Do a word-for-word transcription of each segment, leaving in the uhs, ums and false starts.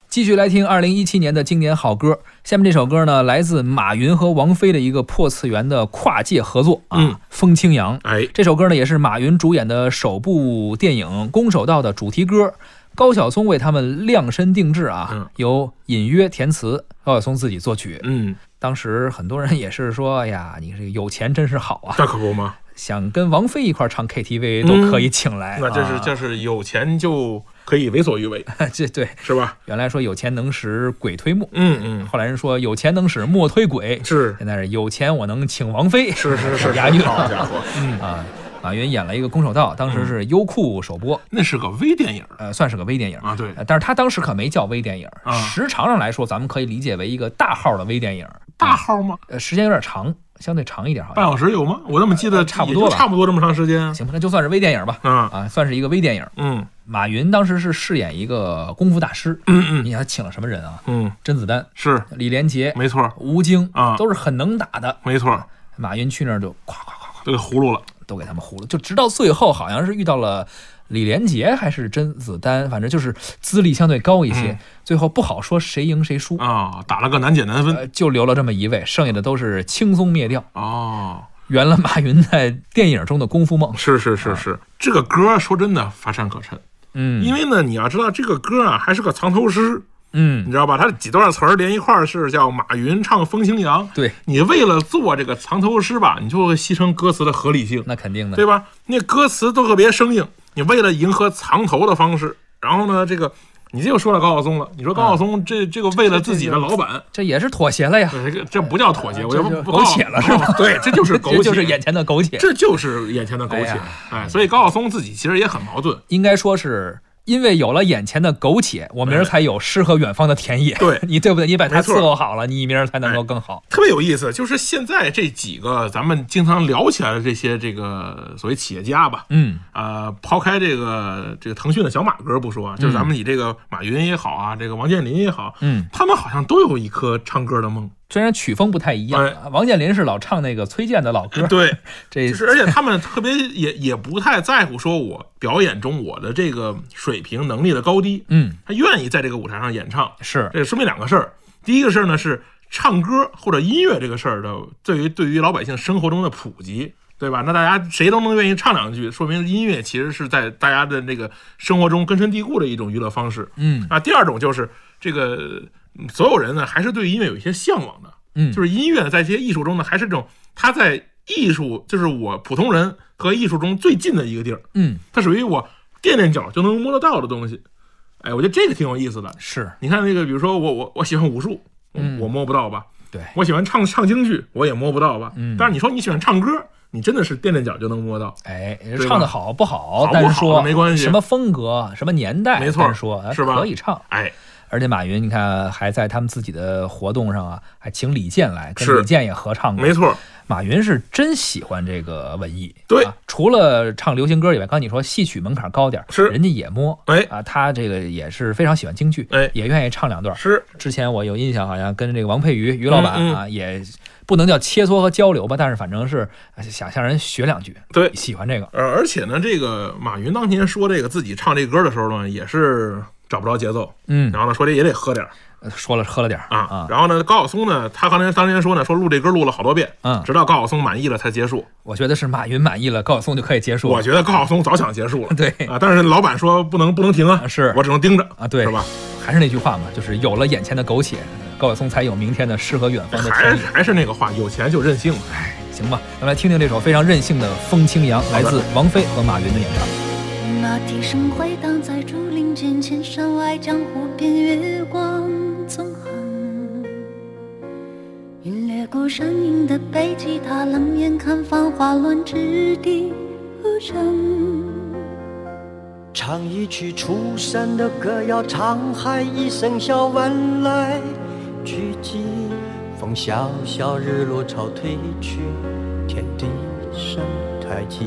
继续来听二零一七年的经典好歌。下面这首歌呢，来自马云和王菲的一个破次元的跨界合作啊， 嗯， 风清扬。 哎， 这首歌呢也是马云主演的首部电影《攻守道》的主题歌，高晓松为他们量身定制啊， 嗯、 由隐约填词，高晓松自己作曲。 嗯， 当时很多人也是说，哎呀，你这个有钱真是好啊， 那可不吗？ 想跟王菲一块唱 K T V 都可以请来， 嗯、那这是、啊、这是有钱就可以为所欲为， 这对是吧？ 原来说有钱能使鬼推磨， 嗯嗯， 后来人说有钱能使磨推鬼， 是， 现在是有钱我能请王菲， 是是是， 押韵， 好家伙， 嗯啊。马云演了一个《攻守道》，当时是优酷首播， 嗯、那是个微电影， 呃，算是个微电影啊，对。 呃、但是他当时可没叫微电影， 啊、 时长上来说，咱们可以理解为一个大号的微电影。 大号吗？ 呃，时间有点长，相对长一点，好像半小时有吗？我怎么记得、呃、 差不多， 差不多这么长时间。 行吧，那就算是微电影吧。 嗯啊，算是一个微电影。 嗯， 马云当时是饰演一个功夫大师。 嗯嗯， 你想他请了什么人啊？ 嗯， 甄子丹是， 李连杰没错， 吴京啊， 都是很能打的， 没错。 马云去那儿就咵咵咵都给葫芦了。 都给他们糊了，就直到最后好像是遇到了李连杰还是甄子丹，反正就是资历相对高一些，嗯、最后不好说谁赢谁输啊，打了个难解难分， 呃，就留了这么一位，剩下的都是轻松灭掉哦， 圆了马云在电影中的功夫梦。 是是是是，啊、这个歌说真的乏善可陈， 嗯， 因为呢你要知道这个歌啊还是个藏头诗。 嗯， 你知道吧？它几段词儿连一块儿是叫马云唱风清扬。 对， 你为了做这个藏头诗吧，你就会牺牲歌词的合理性。 那肯定的， 对吧？那歌词都特别生硬，你为了迎合藏头的方式，然后呢，这个你这又说了高晓松了。你说高晓松这、嗯、这个为了自己的老板， 这, 这, 这也是妥协了呀。 这个这不叫妥协，我就不苟且了是吧？ 对，这就是苟且， 这就是眼前的苟且， 这就是眼前的苟且。哎, 哎，所以高晓松自己其实也很矛盾， 应该说是。因为有了眼前的苟且，我明儿才有诗和远方的田野。 对， 你对不对？你把它伺候好了，你明儿才能够更好。 特别有意思，就是现在这几个咱们经常聊起来的这些这个所谓企业家吧， 嗯， 呃，抛开这个这个腾讯的小马哥不说，就是咱们以这个马云也好啊，这个王健林也好， 嗯， 他们好像都有一颗唱歌的梦。 虽然曲风不太一样，哎、王健林是老唱那个崔健的老歌， 对， 这就是而且他们特别也也不太在乎说我表演中我的这个水平能力的高低， 嗯， 他愿意在这个舞台上演唱， 是这说明两个事儿。第一个事儿呢是唱歌或者音乐这个事儿的对于对于老百姓生活中的普及，对吧？那大家谁都能愿意唱两句，说明音乐其实是在大家的这个生活中根深蒂固的一种娱乐方式。 嗯啊，第二种就是这个。所有人呢，还是对音乐有一些向往的， 嗯， 就是音乐呢，在这些艺术中呢，还是这种它在艺术，就是我普通人和艺术中最近的一个地儿， 嗯， 它属于我垫垫脚就能摸得到的东西，哎，我觉得这个挺有意思的。 是， 你看那个，比如说我我我喜欢武术， 嗯， 我摸不到吧？ 对， 我喜欢唱唱京剧，我也摸不到吧？ 嗯， 但是你说你喜欢唱歌，你真的是垫垫脚就能摸到， 哎，唱的好不好？ 好单说没关系， 什么风格、什么年代， 没错， 说是吧？ 可以唱， 哎。 而且马云，你看还在他们自己的活动上啊，还请李健来，跟李健也合唱过。 没错， 马云是真喜欢这个文艺。 对、 啊，除了唱流行歌以外，刚才你说戏曲门槛高点， 是人家也摸。 哎啊，他这个也是非常喜欢京剧， 哎， 也愿意唱两段。 是， 之前我有印象，好像跟这个王佩瑜于老板啊， 嗯嗯也不能叫切磋和交流吧，但是反正是想向人学两句。 对， 喜欢这个。 呃，而且呢，这个马云当年说这个自己唱这歌的时候呢，也是。找不着节奏， 嗯， 然后呢，说这也得喝点说了喝了点啊啊，然后呢，高晓松呢，他刚才当年说呢，说录这歌录了好多遍， 嗯， 直到高晓松满意了才结束。 我觉得是马云满意了，高晓松就可以结束了。 我觉得高晓松早想结束了， 对啊，但是老板说不能不能停啊， 是我只能盯着啊，对， 是吧？ 还是那句话嘛，就是有了眼前的苟且，高晓松才有明天的诗和远方的田野。 还还是那个话，有钱就任性。 哎，行吧，咱们来听听这首非常任性的《风清扬》，来自王菲和马云的演唱。 那笛声回荡在竹林间，千山外江湖边，月光纵横。云掠过山影的北吉他，冷眼看繁华乱之地无声。 唱一曲出山的歌谣，唱海一声笑，晚来聚集。风萧萧，日落潮退去，天地生太极。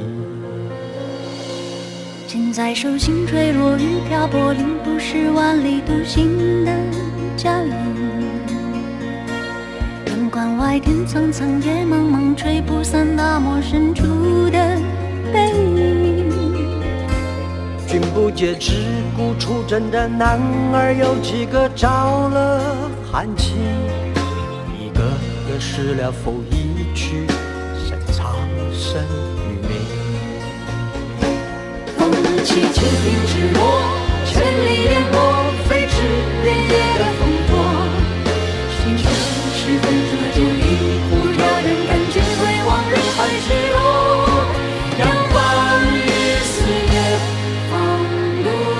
剑在手，心坠落，雨漂泊，领不是万里独行的脚印。远观外，天苍苍，野茫茫，吹不散那陌深处的背影。 君不不见自古出征的男儿有几个着了寒气，一个个失了风一去，深藏身于民。 风起千里之落，千里烟波，飞至连夜的风波。心生十分折旧，一壶撩人感觉，回望人海之落，仰望日思夜放落。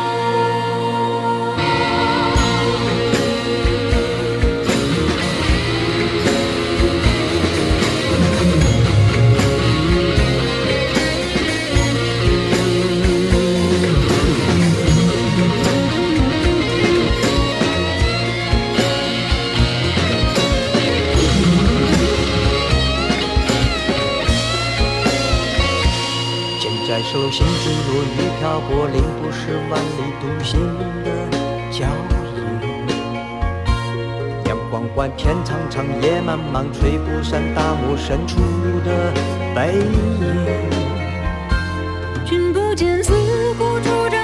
在手心之路雨漂泊，并不是万里独行的脚印。阳光关，天苍苍，夜茫茫，吹不散大漠深处的背影。 君不见四顾出征